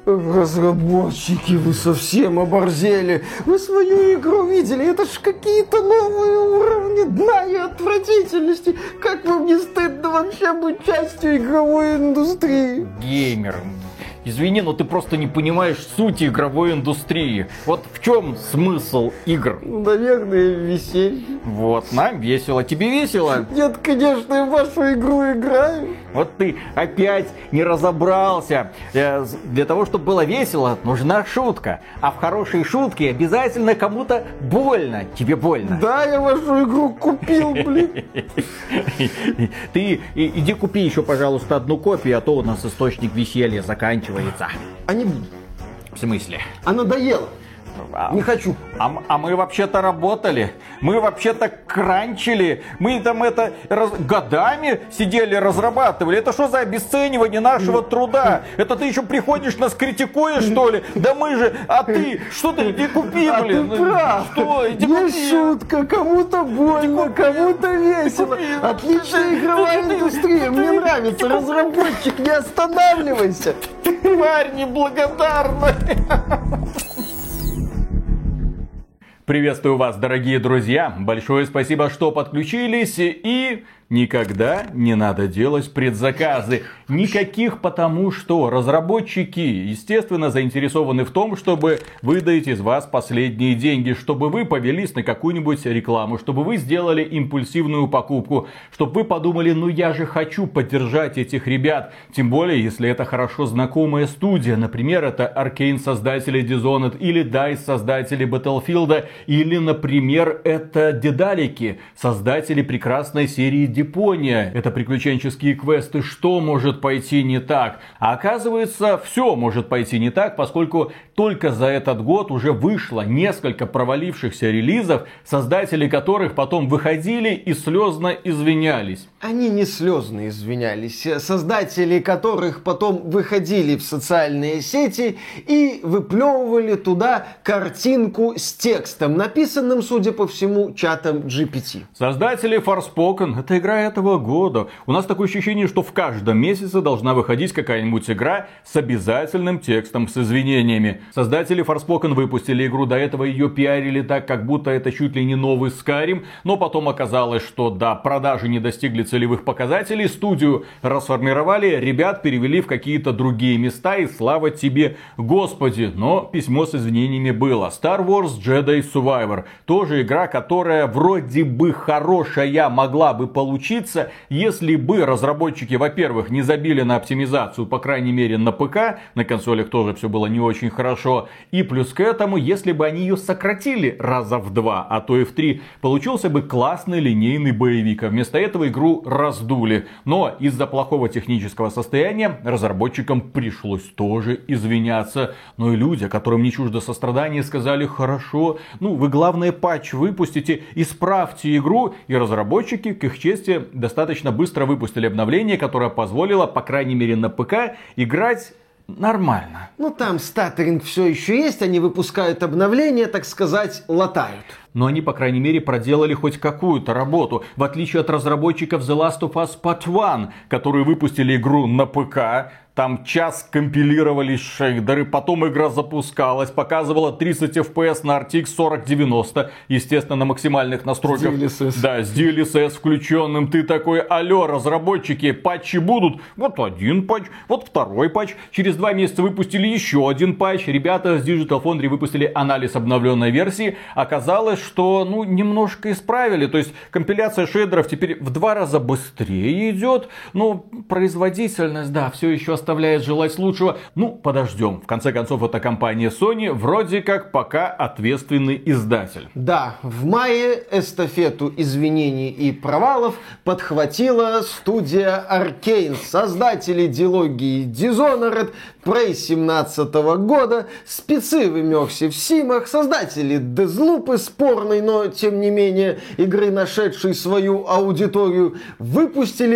Разработчики, вы совсем оборзели. Вы свою игру видели? Это ж какие-то новые уровни дна и отвратительности. Как вам не стыдно вообще быть частью игровой индустрии? Геймер, извини, но ты просто не понимаешь сути игровой индустрии. Вот в чем смысл игр? Наверное, веселье. Вот, нам весело. Тебе весело? Нет, конечно, я в вашу игру играю. Вот ты опять не разобрался. Для того, чтобы было весело, нужна шутка. А в хорошей шутке обязательно кому-то больно. Тебе больно. Да, я вашу игру купил, блин. Ты иди купи еще, пожалуйста, одну копию, а то у нас источник веселья заканчивается. А не буду. В смысле? А надоело. Не хочу. А мы вообще-то работали. Мы вообще-то кранчили. Мы там годами сидели, разрабатывали. Это что за обесценивание нашего труда? Это ты еще приходишь, нас критикуешь, что ли? Да мы же, а ты, что ты, иди купи, блин. Ты прав. Что? Иди Не купи. шутка, кому-то больно, кому-то весело. Отличная игровая индустрия, мне нравится. Разработчик, не останавливайся. Тварь неблагодарная. Приветствую вас, дорогие друзья. Большое спасибо, что подключились. И никогда не надо делать предзаказы. Никаких, потому что разработчики, естественно, заинтересованы в том, чтобы выдать из вас последние деньги, чтобы вы повелись на какую-нибудь рекламу, чтобы вы сделали импульсивную покупку, чтобы вы подумали, ну я же хочу поддержать этих ребят. Тем более, если это хорошо знакомая студия. Например, это Arkane, создатели Dishonored, или DICE, создатели Battlefield, или, например, это Дедалики, создатели прекрасной серии Deponia. Это приключенческие квесты. Что может пойти не так? А оказывается, все может пойти не так, поскольку только за этот год уже вышло несколько провалившихся релизов, создатели которых потом выходили и слезно извинялись. Они не слезно извинялись. Создатели которых потом выходили в социальные сети и выплевывали туда картинку с текстом, написанным, судя по всему, чатом GPT. Создатели Forspoken — это игра этого года. У нас такое ощущение, что в каждом месяце должна выходить какая-нибудь игра с обязательным текстом, с извинениями. Создатели Forspoken выпустили игру, до этого ее пиарили так, как будто это чуть ли не новый Skyrim, но потом оказалось, что да, продажи не достигли целевых показателей, студию расформировали, ребят перевели в какие-то другие места, и слава тебе, Господи. Но письмо с извинениями было. Star Wars Jedi Survivor. Тоже игра, которая вроде бы хорошая могла бы получиться, если бы разработчики, во-первых, не забили на оптимизацию, по крайней мере на ПК, на консолях тоже все было не очень хорошо, и плюс к этому, если бы они ее сократили раза в 2, а то и в 3, получился бы классный линейный боевик, а вместо этого игру раздули. Но из-за плохого технического состояния разработчикам пришлось тоже извиняться. Но и люди, которым не чуждо сострадание, сказали: хорошо, вы главное патч выпустите, исправьте игру. И разработчики, к их чести, достаточно быстро выпустили обновление, которое позволило, по крайней мере на ПК, играть нормально. Там статтеринг все еще есть, они выпускают обновления, так сказать, латают. Но они, по крайней мере, проделали хоть какую-то работу. В отличие от разработчиков The Last of Us Part 1, которые выпустили игру на ПК. Там час компилировались шейдеры, потом игра запускалась, показывала 30 FPS на RTX 4090, естественно, на максимальных настройках. С DLSS. Да, с DLSS включенным. Ты такой: алло, разработчики, патчи будут? Вот один патч, вот второй патч. Через 2 месяца выпустили еще один патч. Ребята с Digital Foundry выпустили анализ обновленной версии. Оказалось, что, немножко исправили. То есть, компиляция шейдеров теперь в 2 раза быстрее идет. Но производительность, да, все еще оставляет желать лучшего. Подождем. В конце концов, эта компания Sony вроде как пока ответственный издатель. Да, в мае эстафету извинений и провалов подхватила студия Arkane, создатели дилогии Dishonored, Prey 17 года, спецы в Immersive Sim'ах, создатели Deathloop, спорной, но тем не менее игры, нашедшей свою аудиторию, выпустили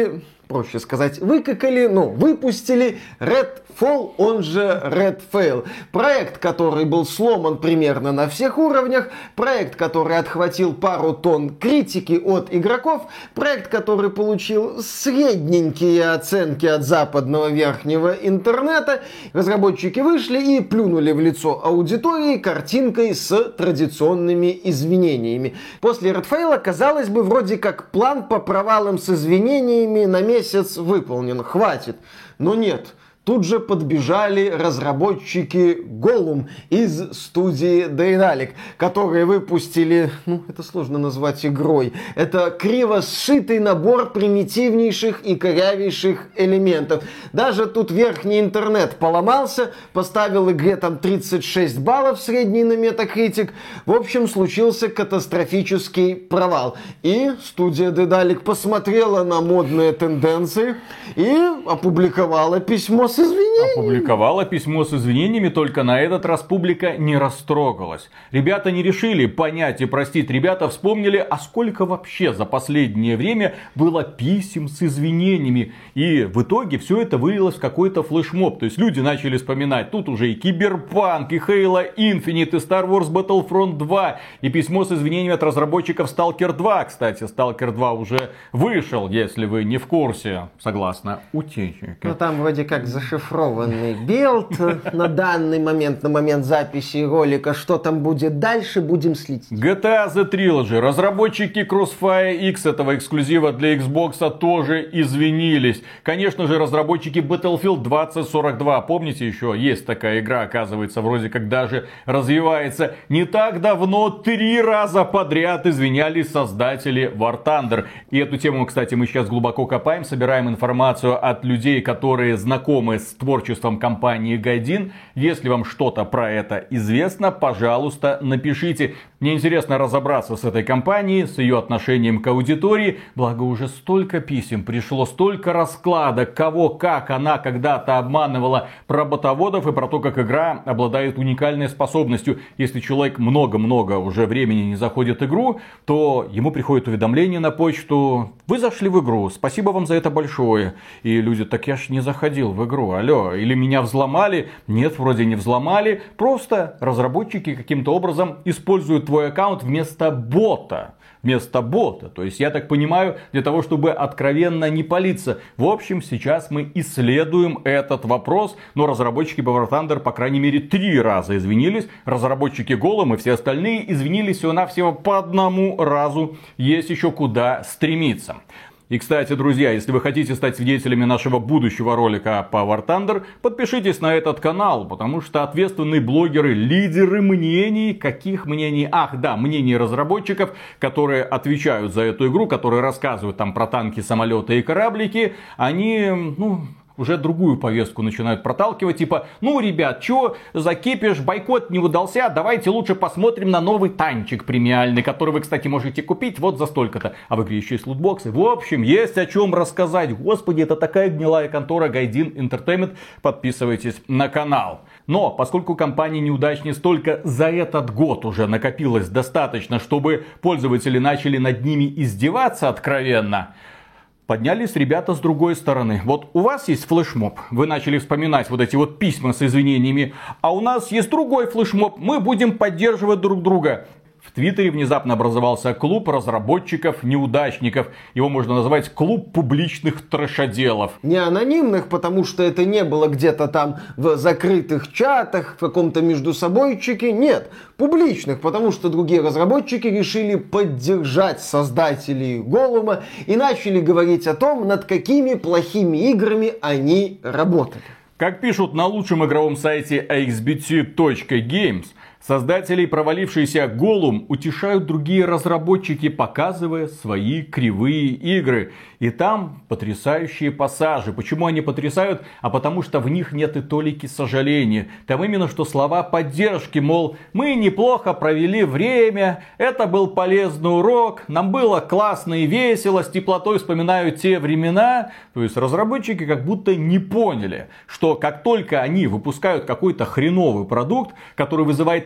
проще сказать, выкакали, выпустили Redfall, он же Redfall. Проект, который был сломан примерно на всех уровнях, проект, который отхватил пару тонн критики от игроков, проект, который получил средненькие оценки от западного верхнего интернета. Разработчики вышли и плюнули в лицо аудитории картинкой с традиционными извинениями. После Redfall, казалось бы, вроде как план по провалам с извинениями на месяц выполнен. Хватит. Но нет. Тут же подбежали разработчики Gollum из студии Daedalic, которые выпустили, это сложно назвать игрой, это криво сшитый набор примитивнейших и корявейших элементов. Даже тут верхний интернет поломался, поставил игре там 36 баллов средний на Metacritic. В общем, случился катастрофический провал. И студия Daedalic посмотрела на модные тенденции и опубликовала письмо с извинениями. Опубликовала письмо с извинениями, только на этот раз публика не растрогалась. Ребята не решили понять и простить. Ребята вспомнили, а сколько вообще за последнее время было писем с извинениями. И в итоге все это вылилось в какой-то флешмоб. То есть люди начали вспоминать. Тут уже и Киберпанк, и Halo Infinite, и Star Wars Battlefront 2, и письмо с извинениями от разработчиков Stalker 2. Кстати, Stalker 2 уже вышел, если вы не в курсе, согласно утечке. Там вроде как зашифрованный билд на данный момент, на момент записи ролика. Что там будет дальше, будем следить. GTA The Trilogy. Разработчики Crossfire X, этого эксклюзива для Xbox, тоже извинились. Конечно же, разработчики Battlefield 2042. Помните еще, есть такая игра, оказывается, вроде как даже развивается. Не так давно 3 раза подряд извинялись создатели War Thunder. И эту тему, кстати, мы сейчас глубоко копаем, собираем информацию от людей, которые знакомы с творчеством компании Gaijin. Если вам что-то про это известно, пожалуйста, напишите. Мне интересно разобраться с этой компанией, с ее отношением к аудитории. Благо уже столько писем пришло, столько раскладок, кого как она когда-то обманывала, про ботоводов и про то, как игра обладает уникальной способностью. Если человек много-много уже времени не заходит в игру, то ему приходит уведомление на почту: вы зашли в игру, спасибо вам за это большое. И люди: так я ж не заходил в игру, алло, или меня взломали? Нет, вроде не взломали, просто разработчики каким-то образом используют твой аккаунт вместо бота. То есть, я так понимаю, для того, чтобы откровенно не палиться. В общем, сейчас мы исследуем этот вопрос. Но разработчики War Thunder, по крайней мере, 3 раза извинились. Разработчики Gollum и все остальные извинились всего-навсего по 1 разу. Есть еще куда стремиться. И, кстати, друзья, если вы хотите стать свидетелями нашего будущего ролика по War Thunder, подпишитесь на этот канал, потому что ответственные блогеры, лидеры мнений, каких мнений? Ах, да, мнений разработчиков, которые отвечают за эту игру, которые рассказывают там про танки, самолеты и кораблики, они, уже другую повестку начинают проталкивать, типа: ребят, чё закипишь, бойкот не удался, давайте лучше посмотрим на новый танчик премиальный, который вы, кстати, можете купить вот за столько-то. А в игре еще есть лутбоксы. В общем, есть о чем рассказать. Господи, это такая гнилая контора Gaijin Entertainment. Подписывайтесь на канал. Но поскольку компании неудачниц только за этот год уже накопилось достаточно, чтобы пользователи начали над ними издеваться откровенно, поднялись ребята с другой стороны. Вот у вас есть флешмоб, вы начали вспоминать вот эти вот письма с извинениями, а у нас есть другой флешмоб, мы будем поддерживать друг друга. В Твиттере внезапно образовался клуб разработчиков-неудачников. Его можно назвать клуб публичных трэшоделов. Не анонимных, потому что это не было где-то там в закрытых чатах, в каком-то междусобойчике. Нет, публичных, потому что другие разработчики решили поддержать создателей Голлума и начали говорить о том, над какими плохими играми они работали. Как пишут на лучшем игровом сайте axbt.games, создателей провалившейся Gollum утешают другие разработчики, показывая свои кривые игры. И там потрясающие пассажи. Почему они потрясают? А потому что в них нет и толики сожаления. Там именно что слова поддержки, мол, мы неплохо провели время, это был полезный урок, нам было классно и весело, с теплотой вспоминаю те времена. То есть разработчики как будто не поняли, что как только они выпускают какой-то хреновый продукт, который вызывает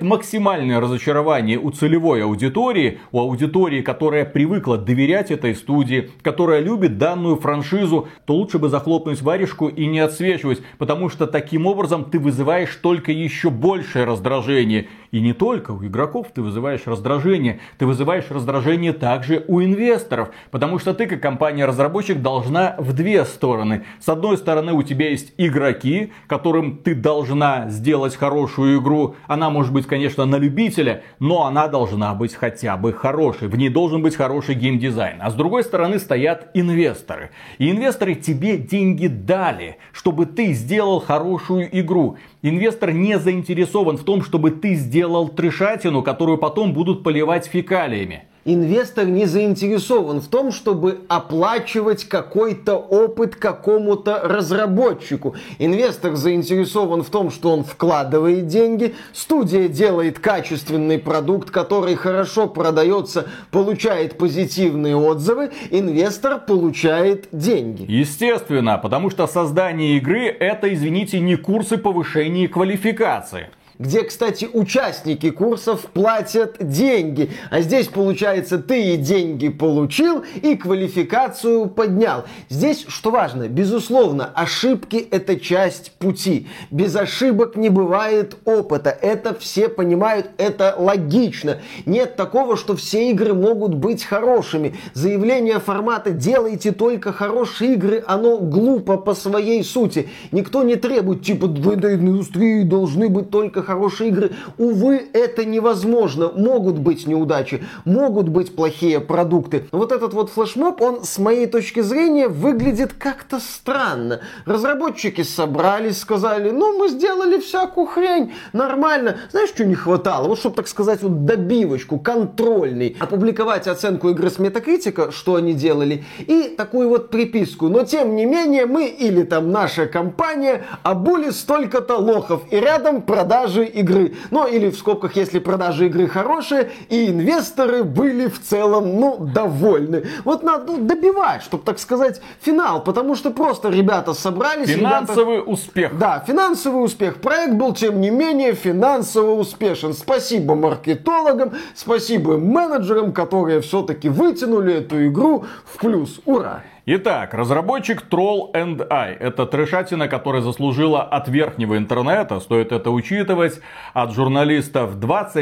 максимальное разочарование у целевой аудитории, у аудитории, которая привыкла доверять этой студии, которая любит данную франшизу, то лучше бы захлопнуть варежку и не отсвечивать, потому что таким образом ты вызываешь только еще большее раздражение. И не только у игроков ты вызываешь раздражение, ты вызываешь раздражение также у инвесторов, потому что ты как компания-разработчик должна в две стороны. С одной стороны у тебя есть игроки, которым ты должна сделать хорошую игру. Она может быть, конечно, на любителя, но она должна быть хотя бы хорошей. В ней должен быть хороший геймдизайн. А с другой стороны стоят инвесторы. И инвесторы тебе деньги дали, чтобы ты сделал хорошую игру. Инвестор не заинтересован в том, чтобы ты сделал трешатину, которую потом будут поливать фекалиями. Инвестор не заинтересован в том, чтобы оплачивать какой-то опыт какому-то разработчику. Инвестор заинтересован в том, что он вкладывает деньги, студия делает качественный продукт, который хорошо продается, получает позитивные отзывы, инвестор получает деньги. Естественно, потому что создание игры это, извините, не курсы повышения квалификации. Где, кстати, участники курсов платят деньги. А здесь, получается, ты и деньги получил, и квалификацию поднял. Здесь, что важно, безусловно, ошибки – это часть пути. Без ошибок не бывает опыта. Это все понимают, это логично. Нет такого, что все игры могут быть хорошими. Заявление формата «делайте только хорошие игры», оно глупо по своей сути. Никто не требует, типа, в этой индустрии должны быть только хорошие игры. Увы, это невозможно. Могут быть неудачи, могут быть плохие продукты. Вот этот вот флешмоб, он, с моей точки зрения, выглядит как-то странно. Разработчики собрались, сказали, ну, мы сделали всякую хрень, нормально. Знаешь, что не хватало? Вот, чтобы, так сказать, вот добивочку, контрольный. Опубликовать оценку игры с Metacritic, что они делали, и такую вот приписку. Но, тем не менее, мы или там наша компания обули столько-то лохов. И рядом продажи игры. Ну, или в скобках, если продажи игры хорошие, и инвесторы были в целом, ну, довольны. Вот надо добивать, чтобы, так сказать, финал, потому что просто ребята собрались. Финансовый успех. Да, финансовый успех. Проект был, тем не менее, финансово успешен. Спасибо маркетологам, спасибо менеджерам, которые все-таки вытянули эту игру в плюс. Ура! Итак, разработчик Troll and I. Это трешатина, которая заслужила от верхнего интернета, стоит это учитывать, от журналистов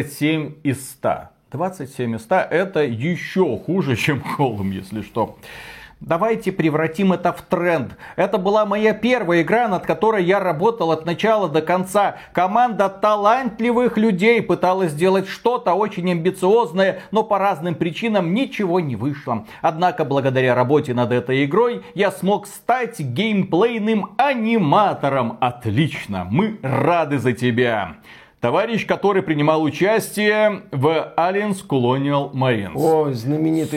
27 из 100. 27 из 100 это еще хуже, чем Холм, если что. Давайте превратим это в тренд. Это была моя первая игра, над которой я работал от начала до конца. Команда талантливых людей пыталась сделать что-то очень амбициозное, но по разным причинам ничего не вышло. Однако, благодаря работе над этой игрой, я смог стать геймплейным аниматором. Отлично, мы рады за тебя. Товарищ, который принимал участие в Aliens Colonial Marines. Ой, знаменитый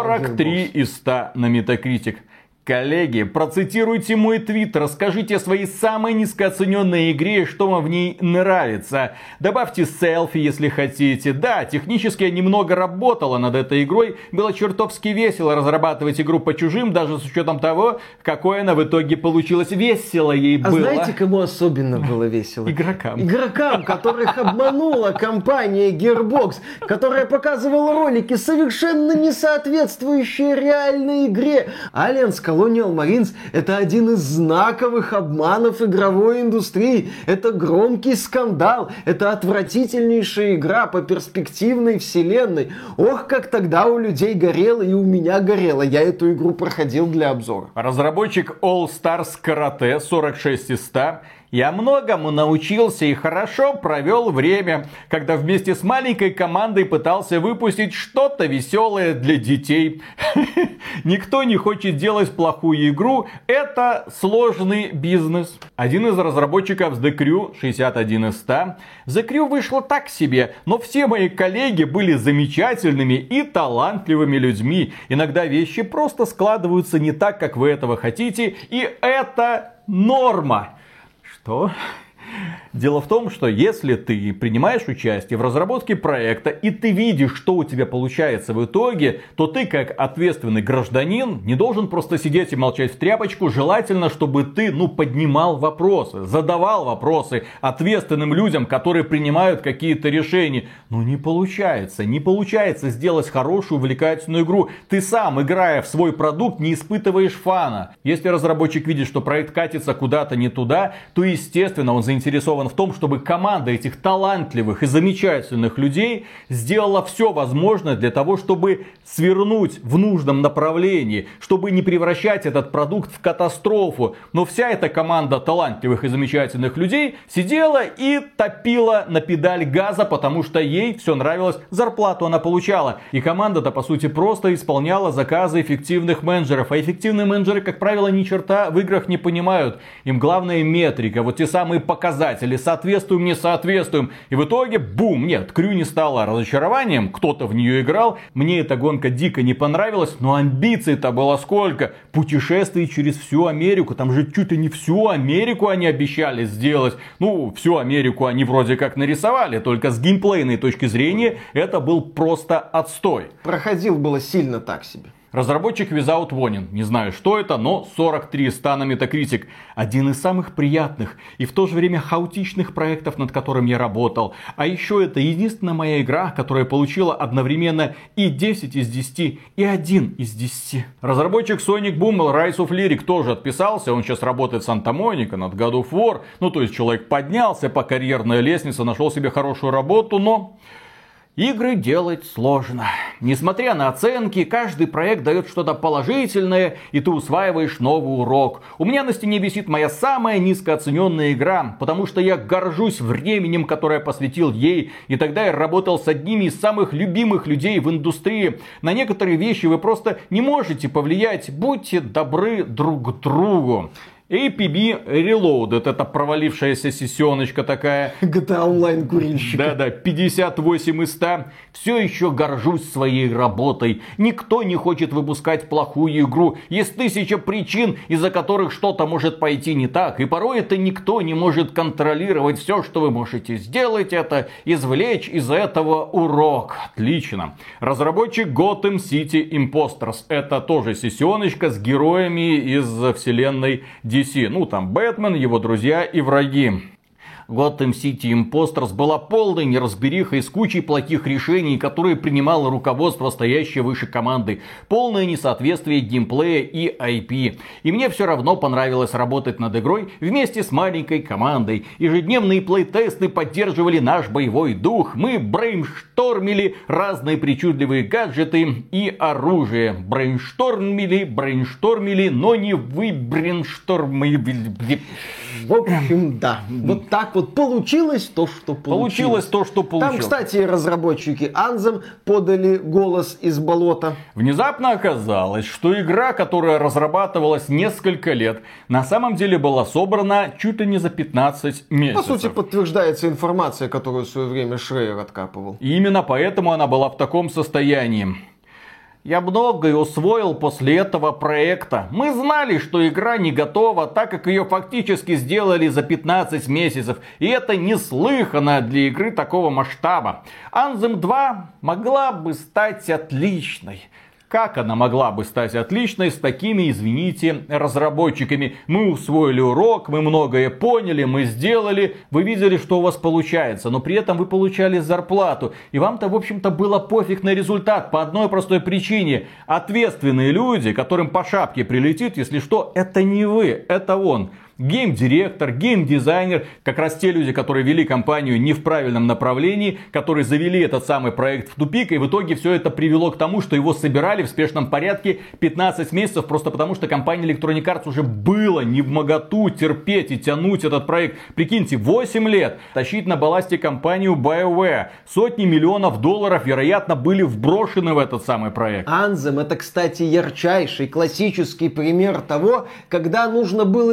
43 из 100 на Metacritic. Коллеги, процитируйте мой твит, расскажите о своей самой низкооцененной игре и что вам в ней нравится. Добавьте селфи, если хотите. Да, технически я немного работала над этой игрой. Было чертовски весело разрабатывать игру по чужим, даже с учетом того, какой она в итоге получилась. Весело ей было. А знаете, кому особенно было весело? Игрокам. Игрокам, которых обманула компания Gearbox, которая показывала ролики, совершенно не соответствующие реальной игре. Aliens Colonial Marines — это один из знаковых обманов игровой индустрии. Это громкий скандал. Это отвратительнейшая игра по перспективной вселенной. Ох, как тогда у людей горело, и у меня горело. Я эту игру проходил для обзора. Разработчик All Stars Karate 46 из 100. Я многому научился и хорошо провел время, когда вместе с маленькой командой пытался выпустить что-то веселое для детей. Никто не хочет делать плохую игру, это сложный бизнес. Один из разработчиков The Crew 61 из 100. The Crew вышло так себе, но все мои коллеги были замечательными и талантливыми людьми. Иногда вещи просто складываются не так, как вы этого хотите, и это норма. Что? Дело в том, что если ты принимаешь участие в разработке проекта и ты видишь, что у тебя получается в итоге, то ты как ответственный гражданин не должен просто сидеть и молчать в тряпочку. Желательно, чтобы ты, поднимал вопросы, задавал вопросы ответственным людям, которые принимают какие-то решения. Но не получается сделать хорошую, увлекательную игру. Ты сам, играя в свой продукт, не испытываешь фана. Если разработчик видит, что проект катится куда-то не туда, то, естественно, он заинтересован в том, чтобы команда этих талантливых и замечательных людей сделала все возможное для того, чтобы свернуть в нужном направлении, чтобы не превращать этот продукт в катастрофу. Но вся эта команда талантливых и замечательных людей сидела и топила на педаль газа, потому что ей все нравилось, зарплату она получала. И команда-то, по сути, просто исполняла заказы эффективных менеджеров. А эффективные менеджеры, как правило, ни черта в играх не понимают. Им главная метрика, вот те самые показатели, соответствуем, не соответствуем. И в итоге, бум, нет, Крю не стала разочарованием, кто-то в нее играл. Мне эта гонка дико не понравилась, но амбиций-то было сколько? Путешествий через всю Америку, там же чуть ли не всю Америку они обещали сделать. Всю Америку они вроде как нарисовали, только с геймплейной точки зрения это был просто отстой. Проходил было сильно так себе. Разработчик Without Warning, не знаю что это, но 43 ста на Metacritic. Один из самых приятных и в то же время хаотичных проектов, над которым я работал. А еще это единственная моя игра, которая получила одновременно и 10 из 10, и 1 из 10. Разработчик Sonic Boom Rise of Lyric тоже отписался, он сейчас работает в Санта-Моника над God of War. То есть человек поднялся по карьерной лестнице, нашел себе хорошую работу, но... Игры делать сложно. Несмотря на оценки, каждый проект дает что-то положительное, и ты усваиваешь новый урок. У меня на стене висит моя самая низкооцененная игра, потому что я горжусь временем, которое я посвятил ей, и тогда я работал с одними из самых любимых людей в индустрии. На некоторые вещи вы просто не можете повлиять, будьте добры друг к другу. APB Reloaded, это провалившаяся сессионочка такая. GTA Online курильщик. Да, 58 из 100. Все еще горжусь своей работой. Никто не хочет выпускать плохую игру. Есть 1000 причин, из-за которых что-то может пойти не так. И порой это никто не может контролировать. Все, что вы можете сделать, это извлечь из этого урок. Отлично. Разработчик Gotham City Imposters. Это тоже сессионочка с героями из вселенной DC. Там Бэтмен, его друзья и враги. Gotham City Imposters была полной неразберихой с кучей плохих решений, которые принимало руководство, стоящее выше команды. Полное несоответствие геймплея и IP. И мне все равно понравилось работать над игрой вместе с маленькой командой. Ежедневные плейтесты поддерживали наш боевой дух. Мы брейнштормили разные причудливые гаджеты и оружие. Брейнштормили, но не вы брейнштормили. В общем, да. Вот так вот получилось то, что получилось. Там, кстати, разработчики Anthem подали голос из болота. Внезапно оказалось, что игра, которая разрабатывалась несколько лет, на самом деле была собрана чуть ли не за 15 месяцев. По сути, подтверждается информация, которую в свое время Шрейер откапывал. И именно поэтому она была в таком состоянии. Я многое усвоил после этого проекта. Мы знали, что игра не готова, так как ее фактически сделали за 15 месяцев. И это неслыханно для игры такого масштаба. Anthem 2 могла бы стать отличной. Как она могла бы стать отличной с такими, извините, разработчиками? Мы усвоили урок, мы многое поняли, мы сделали. Вы видели, что у вас получается, но при этом вы получали зарплату. И вам-то, в общем-то, было пофиг на результат по одной простой причине. Ответственные люди, которым по шапке прилетит, если что, это не вы, это он. Гейм-директор, гейм-дизайнер, как раз те люди, которые вели компанию не в правильном направлении, которые завели этот самый проект в тупик, и в итоге все это привело к тому, что его собирали в спешном порядке 15 месяцев, просто потому что компания Electronic Arts уже было невмоготу терпеть и тянуть этот проект. Прикиньте, 8 лет тащить на балласте компанию BioWare. Сотни миллионов долларов, вероятно, были вброшены в этот самый проект. Anthem — это, кстати, ярчайший классический пример того, когда нужно было чуть больше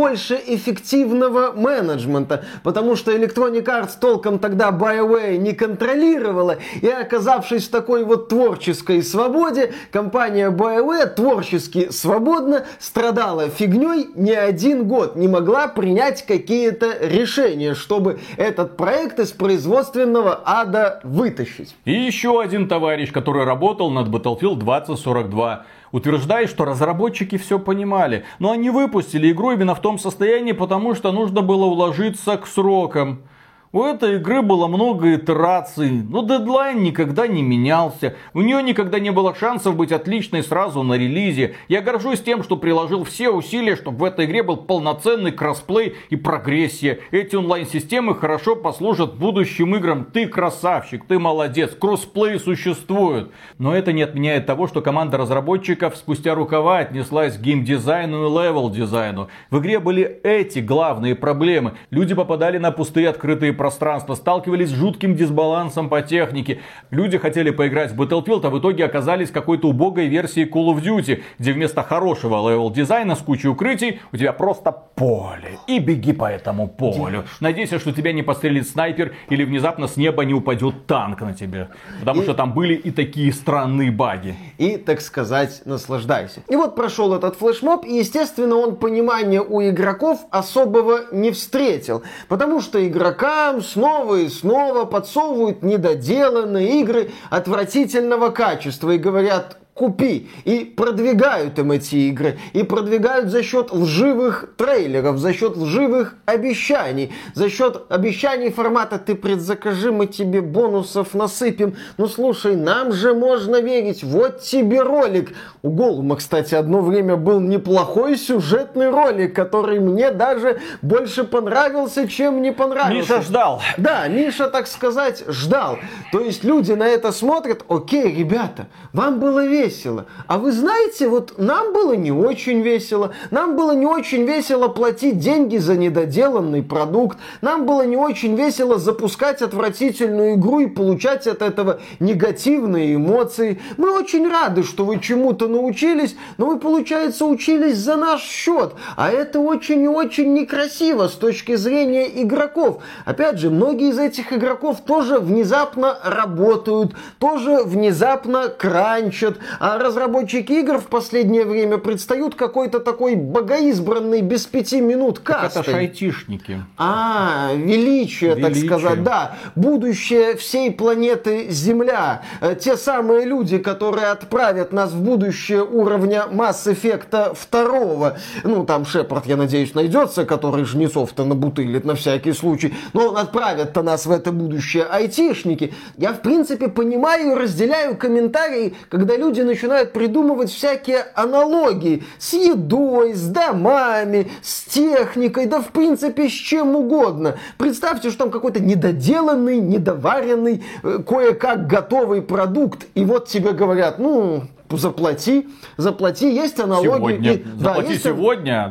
больше эффективного менеджмента, потому что Electronic Arts толком тогда BioWare не контролировала, и оказавшись в такой вот творческой свободе, компания BioWare творчески свободно страдала фигней не один год, не могла принять какие-то решения, чтобы этот проект из производственного ада вытащить. И еще один товарищ, который работал над Battlefield 2042, утверждает, что разработчики все понимали, но они выпустили игру именно в том состоянии, потому что нужно было уложиться к срокам. У этой игры было много итераций, но дедлайн никогда не менялся. У нее никогда не было шансов быть отличной сразу на релизе. Я горжусь тем, что приложил все усилия, чтобы в этой игре был полноценный кроссплей и прогрессия. Эти онлайн-системы хорошо послужат будущим играм. Ты красавчик, ты молодец, кроссплей существует. Но это не отменяет того, что команда разработчиков спустя рукава отнеслась к геймдизайну и левел-дизайну. В игре были эти главные проблемы. Люди попадали на пустые открытые пространства, сталкивались с жутким дисбалансом по технике. Люди хотели поиграть в Battlefield, а в итоге оказались в какой-то убогой версии Call of Duty, где вместо хорошего левел-дизайна с кучей укрытий у тебя просто поле. И беги по этому полю. Надейся, что тебя не подстрелит снайпер или внезапно с неба не упадет танк на тебя. Потому что там были и такие странные баги. И, так сказать, наслаждайся. И вот прошел этот флешмоб, и, естественно, он понимания у игроков особого не встретил. Потому что игрокам снова и снова подсовывают недоделанные игры отвратительного качества и говорят: купи. И продвигают им эти игры. И продвигают за счет лживых трейлеров, за счет лживых обещаний. За счет обещаний формата: ты предзакажи, мы тебе бонусов насыпем. Ну слушай, нам же можно верить. Вот тебе ролик. У Голума, кстати, одно время был неплохой сюжетный ролик, который мне даже больше понравился, чем не понравился. Миша ждал. Да, Миша, так сказать, ждал. То есть люди на это смотрят: окей, ребята, вам было весело. А вы знаете, вот нам было не очень весело. Нам было не очень весело платить деньги за недоделанный продукт. Нам было не очень весело запускать отвратительную игру и получать от этого негативные эмоции. Мы очень рады, что вы чему-то научились, но вы, получается, учились за наш счет. А это очень и очень некрасиво с точки зрения игроков. Опять же, многие из этих игроков тоже внезапно работают, тоже внезапно кранчат. А разработчики игр в последнее время предстают какой-то такой богоизбранный без 5 минут кастой. Это ж айтишники. Величие, так сказать, да. Будущее всей планеты Земля. Те самые люди, которые отправят нас в будущее уровня Mass Effect 2. Ну, там Шепард, я надеюсь, найдется, который жнецов-то набутылит на всякий случай. Но отправят-то нас в это будущее айтишники. Я, в принципе, понимаю и разделяю комментарии, когда люди начинают придумывать всякие аналогии с едой, с домами, с техникой, да, в принципе, с чем угодно. Представьте, что там какой-то недоделанный, недоваренный, кое-как готовый продукт, и вот тебе говорят: ну, заплати, есть аналогии. Сегодня. Заплати сегодня,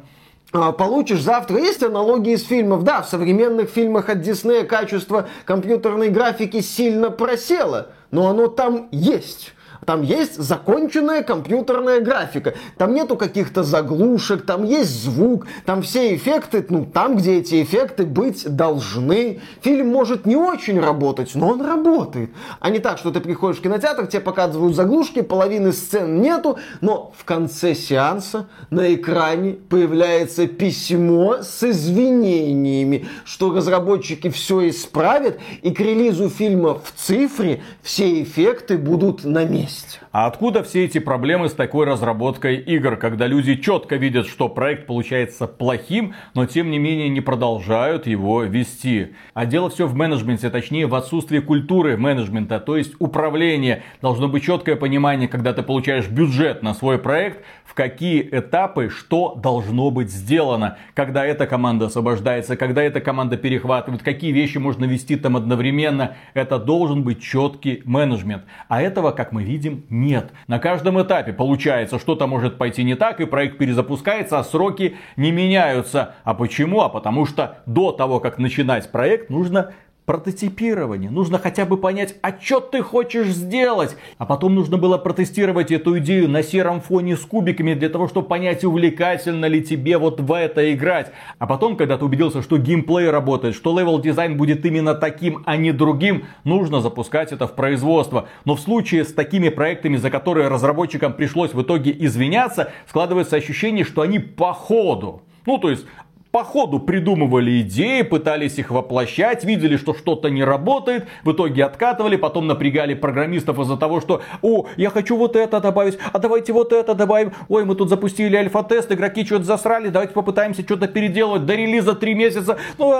да. Получишь завтра. Есть аналогии из фильмов. Да, в современных фильмах от Диснея качество компьютерной графики сильно просело, но оно там есть. Там есть законченная компьютерная графика. Там нету каких-то заглушек, там есть звук, там все эффекты, ну, там, где эти эффекты быть должны. Фильм может не очень работать, но он работает. А не так, что ты приходишь в кинотеатр, тебе показывают заглушки, половины сцен нету, но в конце сеанса на экране появляется письмо с извинениями, что разработчики все исправят, и к релизу фильма в цифре все эффекты будут на месте. А откуда все эти проблемы с такой разработкой игр, когда люди четко видят, что проект получается плохим, но тем не менее не продолжают его вести? А дело все в менеджменте, точнее в отсутствии культуры менеджмента, то есть управления. Должно быть четкое понимание, когда ты получаешь бюджет на свой проект, в какие этапы что должно быть сделано. Когда эта команда освобождается, когда эта команда перехватывает, какие вещи можно вести там одновременно. Это должен быть четкий менеджмент. А этого, как мы видим, нет. На каждом этапе получается, что-то может пойти не так, и проект перезапускается, а сроки не меняются. А почему? А потому что до того, как начинать проект, нужно прототипирование. Нужно хотя бы понять, а что ты хочешь сделать. А потом нужно было протестировать эту идею на сером фоне с кубиками для того, чтобы понять, увлекательно ли тебе вот в это играть. А потом, когда ты убедился, что геймплей работает, что левел-дизайн будет именно таким, а не другим, нужно запускать это в производство. Но в случае с такими проектами, за которые разработчикам пришлось в итоге извиняться, складывается ощущение, что они по ходу. То есть по ходу придумывали идеи, пытались их воплощать, видели, что что-то не работает, в итоге откатывали, потом напрягали программистов из-за того, что я хочу вот это добавить, а давайте вот это добавим, ой, мы тут запустили альфа-тест, игроки что-то засрали, давайте попытаемся что-то переделать, до релиза 3 месяца,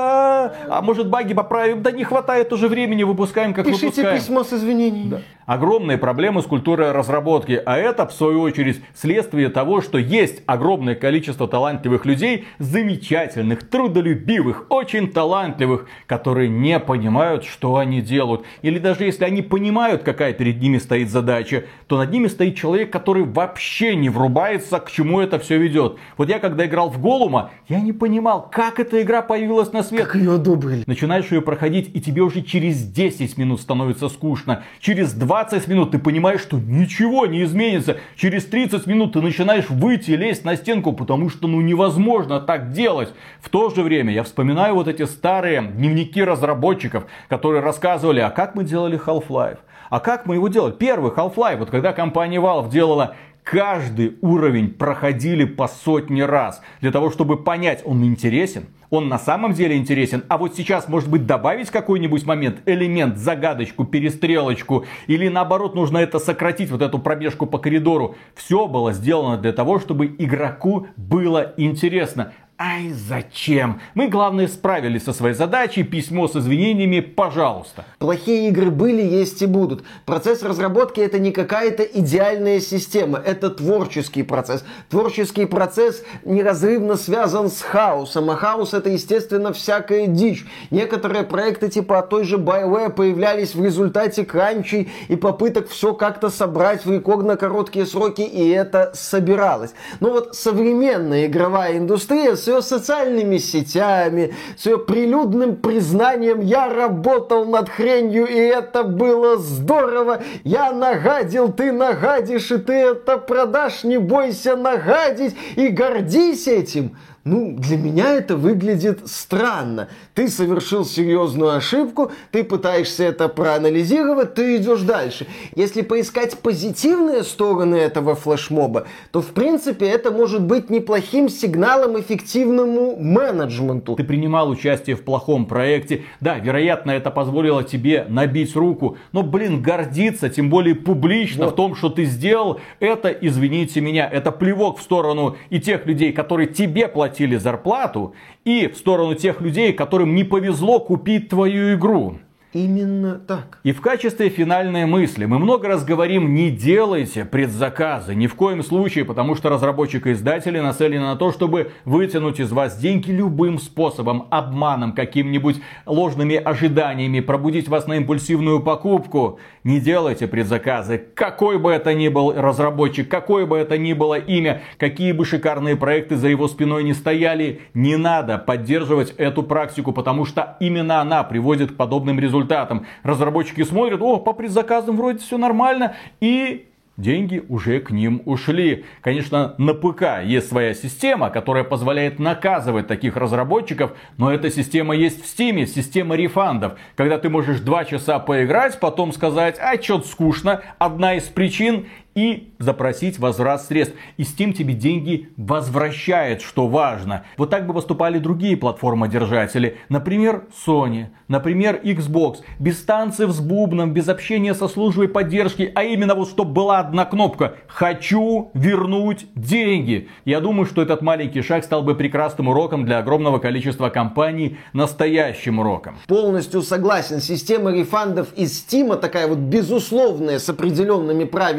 может баги поправим, да не хватает уже времени, выпускаем как Пишите выпускаем. Пишите письмо с извинениями. Да. Огромные проблемы с культурой разработки, а это, в свою очередь, следствие того, что есть огромное количество талантливых людей, замечательных, трудолюбивых, очень талантливых, которые не понимают, что они делают. Или даже если они понимают, какая перед ними стоит задача, то над ними стоит человек, который вообще не врубается, к чему это все ведет. Вот я когда играл в Голума, я не понимал, как эта игра появилась на свет. Как ее одобрили. Начинаешь ее проходить, и тебе уже через 10 минут становится скучно. Через 20 минут ты понимаешь, что ничего не изменится. Через 30 минут ты начинаешь выйти и лезть на стенку, потому что невозможно так делать. В то же время я вспоминаю вот эти старые дневники разработчиков, которые рассказывали, а как мы делали Half-Life? А как мы его делали? Первый Half-Life, вот когда компания Valve делала, каждый уровень проходили по сотни раз. Для того, чтобы понять, он интересен, он на самом деле интересен. А вот сейчас, может быть, добавить какой-нибудь момент, элемент, загадочку, перестрелочку. Или наоборот, нужно это сократить, вот эту пробежку по коридору. Все было сделано для того, чтобы игроку было интересно. Ай, зачем? Мы, главное, справились со своей задачей. Письмо с извинениями, пожалуйста. Плохие игры были, есть и будут. Процесс разработки — это не какая-то идеальная система. Это творческий процесс. Творческий процесс неразрывно связан с хаосом. А хаос — это, естественно, всякая дичь. Некоторые проекты типа той же BioWare появлялись в результате кранчей и попыток все как-то собрать в рекордно короткие сроки, и это собиралось. Но вот современная игровая индустрия с ее социальными сетями, с ее прилюдным признанием: я работал над хренью, и это было здорово, я нагадил, ты нагадишь, и ты это продашь, не бойся нагадить, и гордись этим. Для меня это выглядит странно. Ты совершил серьезную ошибку, ты пытаешься это проанализировать, ты идешь дальше. Если поискать позитивные стороны этого флешмоба, то в принципе это может быть неплохим сигналом эффективному менеджменту. Ты принимал участие в плохом проекте. Да, вероятно, это позволило тебе набить руку. Но, гордиться, тем более публично, в том, что ты сделал, это, извините меня, это плевок в сторону и тех людей, которые тебе платили зарплату, и в сторону тех людей, которым не повезло купить твою игру. Именно так. И в качестве финальной мысли мы много раз говорим: не делайте предзаказы, ни в коем случае, потому что разработчик и издатели нацелены на то, чтобы вытянуть из вас деньги любым способом, обманом, какими-нибудь ложными ожиданиями, пробудить вас на импульсивную покупку. Не делайте предзаказы, какой бы это ни был разработчик, какое бы это ни было имя, какие бы шикарные проекты за его спиной не стояли, не надо поддерживать эту практику, потому что именно она приводит к подобным результатам. Разработчики смотрят: по предзаказам вроде все нормально, и деньги уже к ним ушли. Конечно, на ПК есть своя система, которая позволяет наказывать таких разработчиков, но эта система есть в Steam, система рефандов. Когда ты можешь 2 часа поиграть, потом сказать: что-то скучно, одна из причин, и запросить возврат средств. И Steam тебе деньги возвращает, что важно. Вот так бы поступали другие платформодержатели. Например, Sony, например, Xbox. Без танцев с бубном, без общения со службой поддержки, а именно чтобы была одна кнопка: «Хочу вернуть деньги». Я думаю, что этот маленький шаг стал бы прекрасным уроком для огромного количества компаний, настоящим уроком. Полностью согласен. Система рефандов из Steam, такая безусловная, с определенными правилами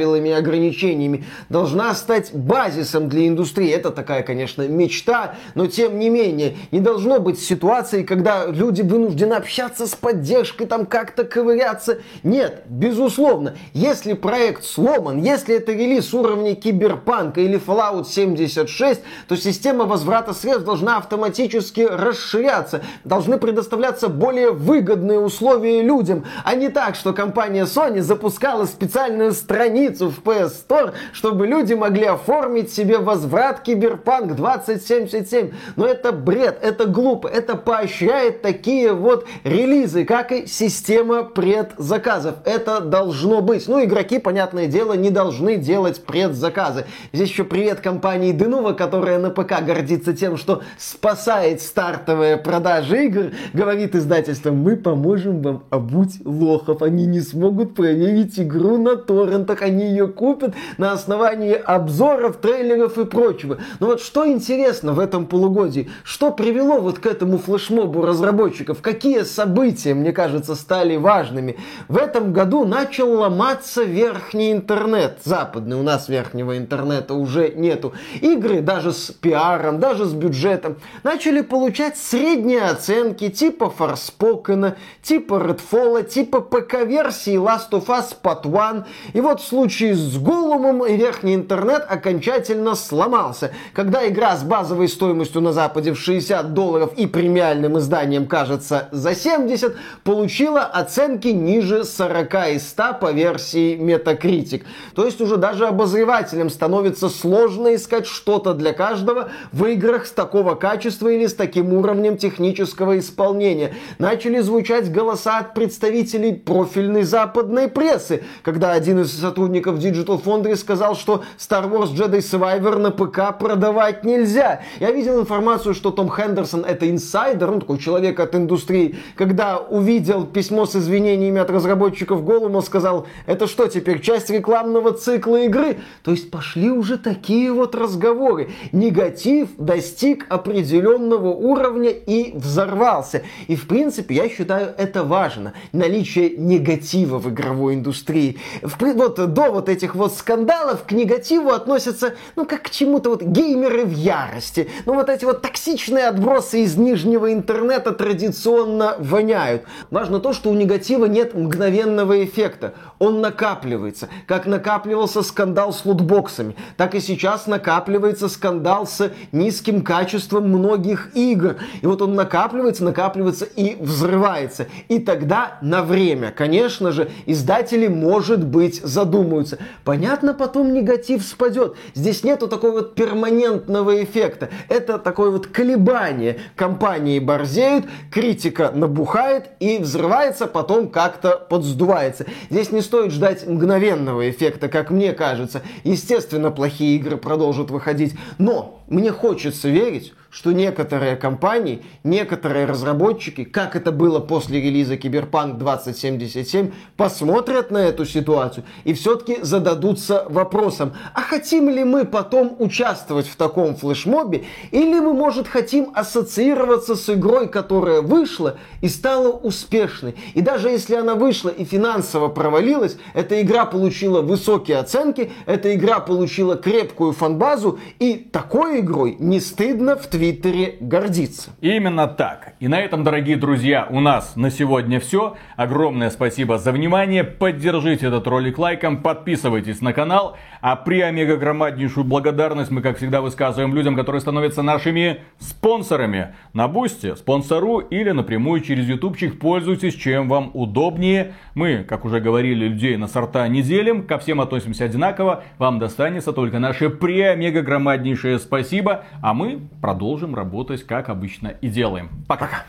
ограничениями, должна стать базисом для индустрии. Это такая, конечно, мечта, но тем не менее, не должно быть ситуации, когда люди вынуждены общаться с поддержкой, там как-то ковыряться. Нет, безусловно, если проект сломан, если это релиз уровня Киберпанка или Fallout 76, то система возврата средств должна автоматически расширяться, должны предоставляться более выгодные условия людям, а не так, что компания Sony запускала специальную страницу в PS Store, чтобы люди могли оформить себе возврат Киберпанк 2077. Но это бред, это глупо, это поощряет такие вот релизы, как и система предзаказов. Это должно быть. Ну, игроки, понятное дело, не должны делать предзаказы. Здесь еще привет компании Denuvo, которая на ПК гордится тем, что спасает стартовые продажи игр. Говорит издательство: мы поможем вам обуть лохов. Они не смогут проверить игру на торрентах. Они ее купят на основании обзоров, трейлеров и прочего. Но вот что интересно в этом полугодии? Что привело вот к этому флешмобу разработчиков? Какие события, мне кажется, стали важными? В этом году начал ломаться верхний интернет. Западный. У нас верхнего интернета уже нету. Игры даже с пиаром, даже с бюджетом начали получать средние оценки типа Forspoken, типа Redfall, типа ПК-версии Last of Us Part 1. И вот в случае с Голумом верхний интернет окончательно сломался. Когда игра с базовой стоимостью на Западе в $60 и премиальным изданием, кажется, за 70, получила оценки ниже 40 из 100 по версии Metacritic. То есть уже даже обозревателям становится сложно искать что-то для каждого в играх с такого качества или с таким уровнем технического исполнения. Начали звучать голоса от представителей профильной западной прессы, когда один из сотрудников Digital Foundry сказал, что Star Wars Jedi Survivor на ПК продавать нельзя. Я видел информацию, что Том Хендерсон, это инсайдер, он такой человек от индустрии, когда увидел письмо с извинениями от разработчиков Голума, сказал: это что теперь, часть рекламного цикла игры? То есть пошли уже такие вот разговоры. Негатив достиг определенного уровня и взорвался. И в принципе, я считаю, это важно. Наличие негатива в игровой индустрии. Вот до вот этих вот скандалов к негативу относятся, ну, как к чему-то вот геймеры в ярости. Ну, вот эти вот токсичные отбросы из нижнего интернета традиционно воняют. Важно то, что у негатива нет мгновенного эффекта. Он накапливается. Как накапливался скандал с лутбоксами, так и сейчас накапливается скандал с низким качеством многих игр. И вот он накапливается и взрывается. И тогда на время, конечно же, издатели, может быть, задумаются. Понятно, потом негатив спадет. Здесь нету такого вот перманентного эффекта. Это такое вот колебание. Компании борзеют, критика набухает и взрывается, потом как-то подсдувается. Здесь не стоит ждать мгновенного эффекта, как мне кажется. Естественно, плохие игры продолжат выходить, но мне хочется верить, что некоторые компании, некоторые разработчики, как это было после релиза Киберпанк 2077, посмотрят на эту ситуацию и все-таки зададутся вопросом: а хотим ли мы потом участвовать в таком флешмобе, или мы, может, хотим ассоциироваться с игрой, которая вышла и стала успешной. И даже если она вышла и финансово провалилась, эта игра получила высокие оценки, эта игра получила крепкую фан-базу, и такой игрой не стыдно в Твиттере гордиться. Именно так. И на этом, дорогие друзья, у нас на сегодня все. Огромное спасибо за внимание. Поддержите этот ролик лайком, подписывайтесь на канал. А при омега громаднейшую благодарность мы, как всегда, высказываем людям, которые становятся нашими спонсорами. На Бусти, спонсору или напрямую через ютубчик. Пользуйтесь, чем вам удобнее. Мы, как уже говорили, людей на сорта не делим. Ко всем относимся одинаково. Вам достанется только наше при омега громаднейшее спасибо. А мы продолжим работать, как обычно и делаем. Пока.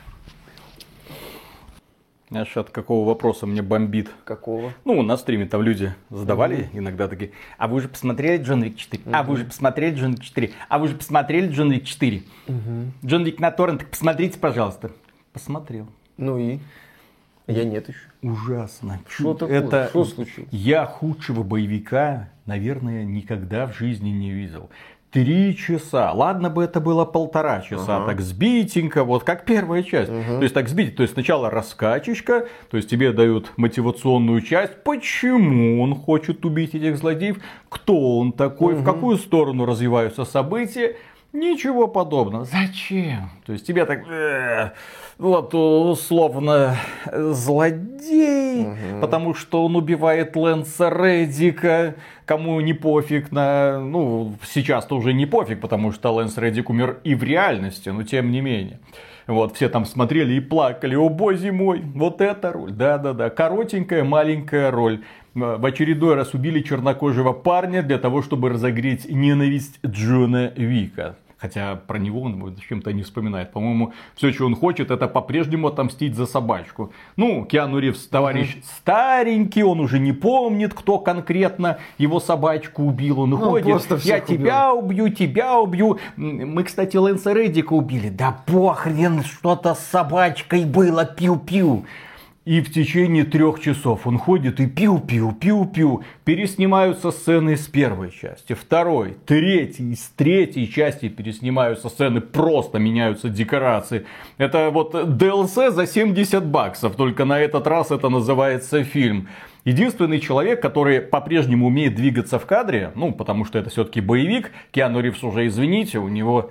Знаешь, от какого вопроса мне бомбит? Какого? Ну, на стриме там люди задавали иногда такие: а вы уже посмотрели Джон Уик 4? А вы уже посмотрели Джон Уик 4? А вы уже посмотрели Джон Уик 4? Джон Уик на торрентах, посмотрите, пожалуйста. Посмотрел. Ну и? Я нет еще. Ужасно. Что такое? Что случилось? Я худшего боевика, наверное, никогда в жизни не видел. 3 часа. Ладно бы это было 1,5 часа. Так сбитенько, вот как первая часть. То есть так сбить. То есть сначала раскачечка. То есть тебе дают мотивационную часть. Почему он хочет убить этих злодеев? Кто он такой? В какую сторону развиваются события? Ничего подобного. Зачем? То есть тебе так... Вот условно злодей, потому что он убивает Лэнса Реддика, кому не пофиг на... Ну, сейчас-то уже не пофиг, потому что Лэнс Реддик умер и в реальности, но тем не менее. Вот, все там смотрели и плакали, о боже мой, вот эта роль, да-да-да, коротенькая, маленькая роль. В очередной раз убили чернокожего парня для того, чтобы разогреть ненависть Джона Уика. Хотя про него он чем-то не вспоминает. По-моему, все, что он хочет, это по-прежнему отомстить за собачку. Ну, Киану Ривз товарищ старенький, он уже не помнит, кто конкретно его собачку убил. Он ходит, я тебя убью. Мы, кстати, Лэнса Реддика убили. Да похрен, что-то с собачкой было, пиу-пиу. И в течение 3 часов он ходит и пиу-пиу. Переснимаются сцены с первой части, второй, третьей. С третьей части переснимаются сцены, просто меняются декорации. Это вот DLC за $70, только на этот раз это называется фильм. Единственный человек, который по-прежнему умеет двигаться в кадре, ну, потому что это все-таки боевик, Киану Ривз уже, извините, у него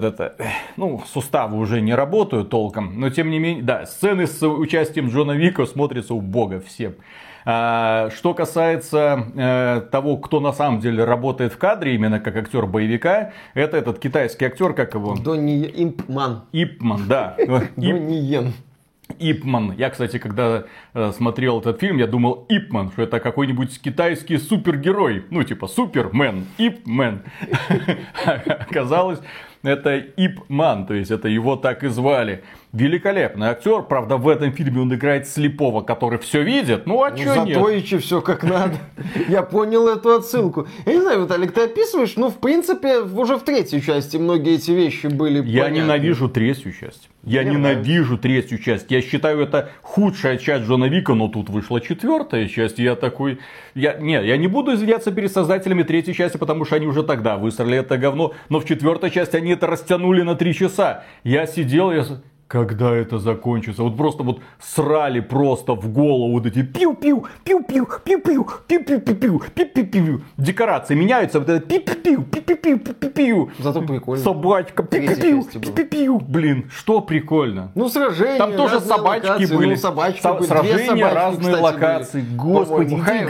суставы уже не работают толком, но тем не менее, да, сцены с участием Джона Уика смотрятся убого всем. Что касается того, кто на самом деле работает в кадре, именно как актер боевика, это этот китайский актер, как его? Донни Ипман. Ипман, да. Донни Йен. Ипман. Я, кстати, когда смотрел этот фильм, я думал, Ипман, что это какой-нибудь китайский супергерой. Ну, типа Супермен, Ипмен. Оказалось, это Ипман, то есть это его так и звали. Великолепный актер, правда, в этом фильме он играет слепого, который все видит. Ну, а чё нет? Зато еще все как надо. Я понял эту отсылку. Я не знаю, Виталик, ты описываешь, ну, в принципе, уже в 3-й части многие эти вещи были понятны. Я ненавижу 3-ю часть. Я ненавижу 3-ю часть. Я считаю, это худшая часть Джона Вика, но тут вышла 4-я часть. Я такой... Я не буду извиняться перед создателями 3-й части, потому что они уже тогда высрали это говно. Но в 4-й части они это растянули на 3 часа. Я сидел, когда это закончится? Вот просто вот срали просто в голову вот эти пиу-пиу, пиу-пиу, пиу-пиу, пиу-пиу-пиу, пиу-пиу-пиу. Декорации меняются, вот это пиу-пиу, пиу-пиу, пиу-пиу. Зато прикольно. Собачка, пиу-пиу, пиу-пиу. Блин, что прикольно? Ну, сражения, там тоже собачки были. Ну, собачки были. Сражения, разные локации. Господи,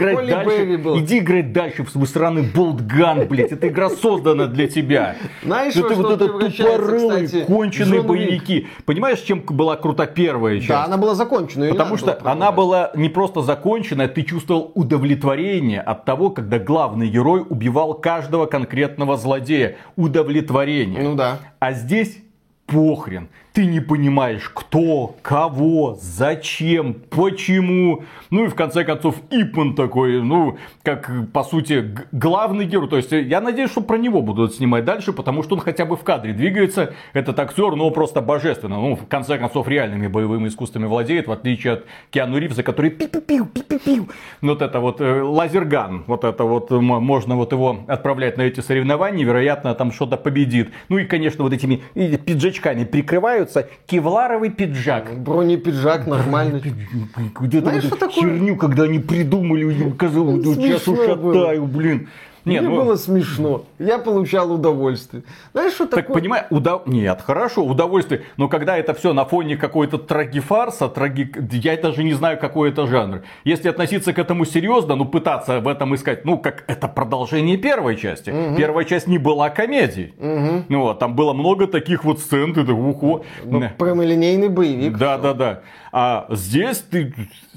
иди играть дальше в свой сраный болтган, блядь. Эта игра создана для тебя. Знаешь, это вот это тупорылые, конченые боевики. Понимаешь, чем была крута первая часть? Да, она была закончена. Потому что она была не просто закончена, ты чувствовал удовлетворение от того, когда главный герой убивал каждого конкретного злодея. Удовлетворение. Ну да. А здесь похрен. Ты не понимаешь, кто, кого, зачем, почему. Ну и в конце концов Ипман такой, ну, как по сути главный герой. То есть я надеюсь, что про него будут снимать дальше, потому что он хотя бы в кадре двигается. Этот актер, ну, просто божественно. Ну, в конце концов, реальными боевыми искусствами владеет, в отличие от Киану Ривза, который пиу-пиу, пиу-пиу. Вот это вот лазерган, вот это вот, можно вот его отправлять на эти соревнования, вероятно, там что-то победит. Ну и, конечно, вот этими пиджачками прикрываются. Кевларовый пиджак. Бронепиджак нормальный. Знаешь, что такое? Херню, когда они придумали, казалось, сейчас ушатаю, блин. Мне было смешно. Я получал удовольствие. Знаешь, что такое? Так, понимаешь, нет, хорошо, удовольствие. Но когда это все на фоне какой-то трагифарса, я даже не знаю, какой это жанр. Если относиться к этому серьезно, ну, пытаться в этом искать, ну, как это продолжение первой части. Первая часть не была комедией. Ну, вот, там было много таких вот сцен, ты такой, ухо. Прямолинейный боевик. Да. А здесь ты...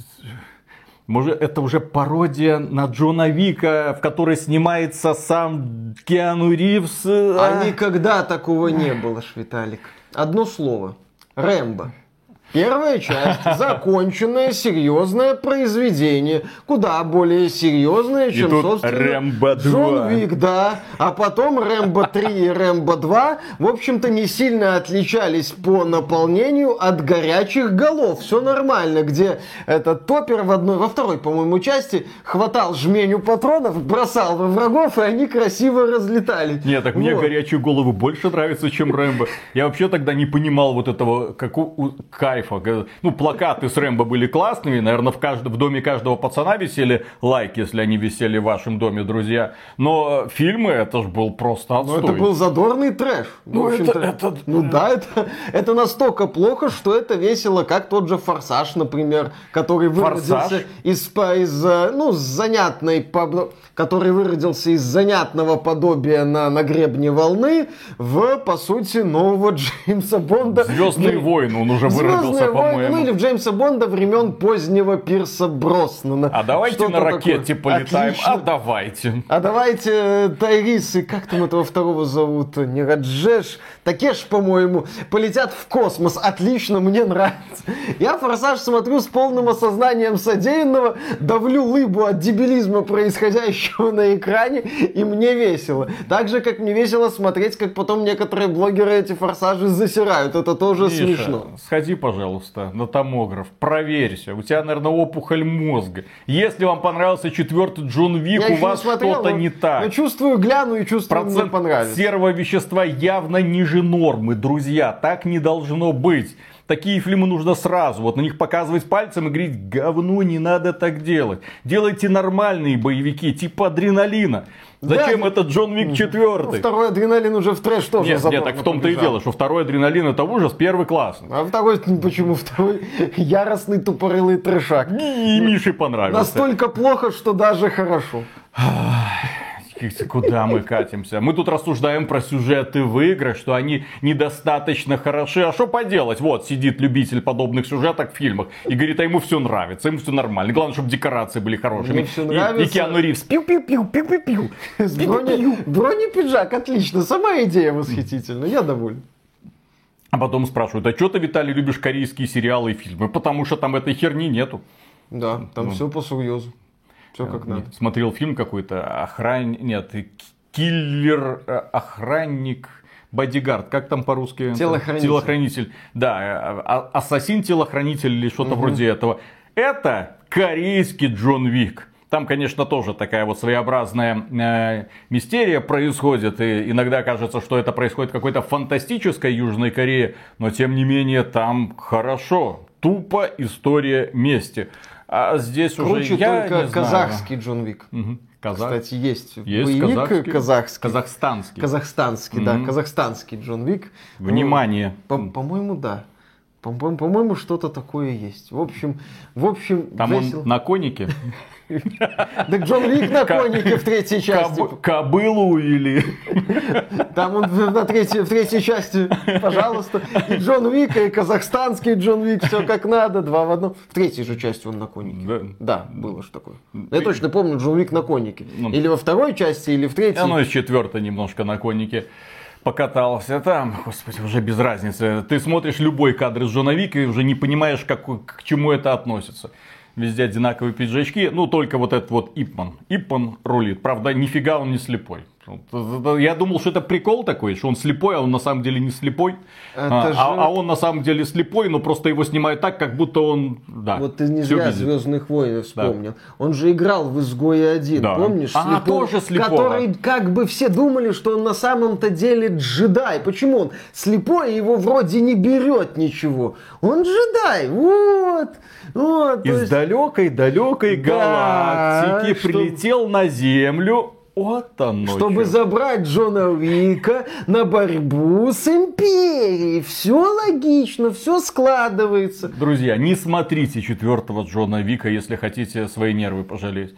Может, это уже пародия на Джона Вика, в которой снимается сам Киану Ривз. А никогда такого не было, Виталик. Одно слово. Рэмбо. Первая часть законченное, серьезное произведение. Куда более серьезное, чем, собственно, Рэмбо 2. Джон Уик, да. А потом Рэмбо 3 и Рэмбо 2, в общем-то, не сильно отличались по наполнению от горячих голов. Все нормально, где этот топпер во второй, по-моему, части хватал жменю патронов, бросал во врагов, и они красиво разлетали. Нет, так мне Вот. горячие головы больше нравятся, чем Рэмбо. Я вообще тогда не понимал вот этого кайфа. Ну, плакаты с Рэмбо были классными. Наверное, в доме каждого пацана висели лайки, если они висели в вашем доме, друзья. Но фильмы, это же был просто отстой. Ну, это был задорный трэш. Ну, В общем-то, это- ну да, это настолько плохо, что это весело, как тот же «Форсаж», например, который выродился который выродился из занятного подобия на гребне волны в, по сути, нового Джеймса Бонда. Звездные войны, он уже выродился, «Звездные войны», по-моему. ну или в Джеймса Бонда времен позднего Пирса Броснана. А давайте Что-то на ракете такое. полетаем. Отлично. А давайте. А давайте Тайрис и как там этого второго зовут? Не Раджеш, Такеш, по-моему, полетят в космос. Отлично, мне нравится. Я «Форсаж» смотрю с полным осознанием содеянного, давлю лыбу от дебилизма происходящего на экране, и мне весело. Так же, как мне весело смотреть, как потом некоторые блогеры эти «Форсажи» засирают. Это тоже Миша, смешно. сходи, пожалуйста, на томограф, проверься. У тебя, наверное, опухоль мозга. Если вам понравился 4-й Джон Уик, Я у еще не вас смотрел, что-то но- не так. но чувствую, гляну и чувствую, мне Процент понравится. серого вещества явно ниже нормы, друзья. Так не должно быть. Такие фильмы нужно сразу, вот на них показывать пальцем и говорить: говно, не надо так делать. Делайте нормальные боевики, типа «Адреналина». Зачем Да, этот Джон Уик 4? Второй «Адреналин» уже в трэш тоже Нет, забавно так в том-то и побежал. дело, что второй «Адреналин» это ужас, первый классный. А второй, почему второй? Яростный тупорылый трешак. И Мише понравился. Настолько плохо, что даже хорошо. Куда мы катимся? Мы тут рассуждаем про сюжеты в играх, что они недостаточно хороши. А что поделать? Вот сидит любитель подобных сюжеток в фильмах и говорит, а ему все нравится, ему все нормально. Главное, чтобы декорации были хорошими. Мне всё И нравится. Киану Ривз пиу-пиу-пиу, пиу-пиу-пиу. Бронепиджак, отлично. Сама идея восхитительна. Я доволен. А потом спрашивают, а что ты, Виталий, любишь корейские сериалы и фильмы? Потому что там этой херни нету. Да, там все по серьезу. Все как надо. Смотрел фильм какой-то, киллер, охранник, бодигард, как там по-русски? Телохранитель. Телохранитель. Да, ассасин-телохранитель или что-то вроде этого. Это корейский Джон Уик. Там, конечно, тоже такая вот своеобразная мистерия происходит. И иногда кажется, что это происходит в какой-то фантастической Южной Корее. Но, тем не менее, там хорошо. Тупо история мести. А здесь Круче уже я только не знаю. казахский Джон Уик. Казах. Кстати, есть Есть боевик казахский. Казахстанский. Казахстанский, да. Казахстанский Джон Уик. Внимание. По-моему, да. По-моему, что-то такое есть. В общем, Там весело. он на конике. Так Джон Уик на конике в третьей части. Кобылу или... Там он в третьей части, пожалуйста. И Джон Уик, и казахстанский Джон Уик, все как надо, два в одном. В третьей же части он на конике. Да, было же такое. Я точно помню Джон Уик на конике. Или во второй части, или в третьей. Оно из четвертой немножко на конике покатался. Там, господи, уже без разницы. Ты смотришь любой кадр из Джона Уика и уже не понимаешь, к чему это относится. Везде одинаковые пиджачки, ну только вот этот вот Ипман. Ипман рулит. Правда, нифига он не слепой. Я думал, что это прикол такой, что он слепой, а он на самом деле не слепой. А он на самом деле слепой, но просто его снимают так, как будто он... Да, вот ты не зря видит. «Звездных войн» вспомнил. Да. Он же играл в «Изгое 1», да. Помнишь? Тоже слепого. Который как бы все думали, что он на самом-то деле джедай. Почему он слепой, и его вроде не берет ничего? Он джедай, вот. Из далекой-далекой галактики прилетел на Землю. Вот оно. Чтобы забрать Джона Уика на борьбу с Империей. Все логично, все складывается. Друзья, не смотрите четвертого Джона Уика, если хотите свои нервы пожалеть.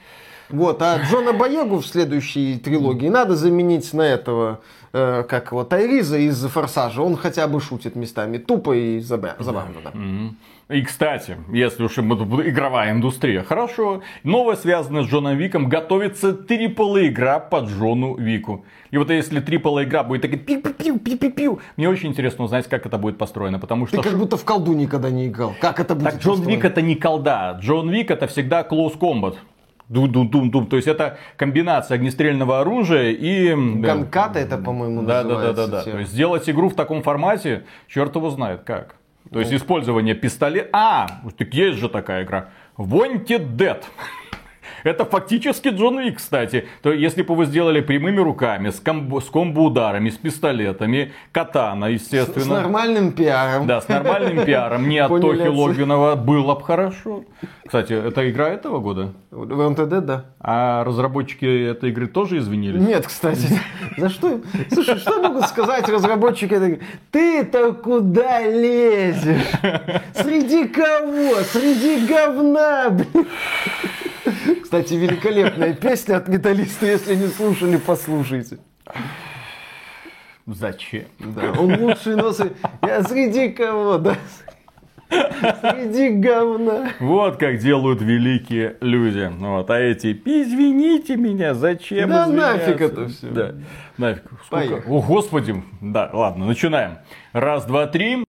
Вот, а Джона Боегу в следующей трилогии надо заменить на этого, как его, Тайриза из «Форсажа». Он хотя бы шутит местами. Тупо и забавно, да. И, кстати, если уж игровая индустрия, хорошо. Новое, связанное с Джоном Виком, готовится AAA-игра по Джону Вику. И вот если AAA-игра будет такая пиу-пиу-пиу-пиу-пиу, мне очень интересно узнать, как это будет построено. Потому что ты как будто в колду никогда не играл. Как это будет Так Джон построено? Вик это не колда. Джон Вик это всегда close combat. Дум-дум-дум-дум. То есть это комбинация огнестрельного оружия и... Ганката это, по-моему, называется. Да. То есть сделать игру в таком формате, черт его знает как. То есть использование пистолета... так есть же такая игра. Wanted Dead. Это фактически Джон Уик, кстати. То если бы вы сделали прямыми руками, с комбо-ударами, с пистолетами, катана, естественно. С нормальным пиаром. Да, с нормальным пиаром. Не от Тохи Логвинова. Было бы хорошо. Кстати, это игра этого года? Wanted Dead, да. А разработчики этой игры тоже извинились? Нет, кстати. За что? Слушай, что могут сказать разработчики этой игры? Ты-то куда лезешь? Среди кого? Среди говна, блин. Кстати, великолепная песня от Металлиста. Если не слушали, послушайте. Зачем? Да, он лучший носы. Я среди кого, да? Среди говна. Вот как делают великие люди. Вот, а эти, извините меня, зачем да извиняться? нафиг это все. Да, нафиг. Сколько? Поехали. О, господи. Да, ладно, начинаем. Раз, два, три.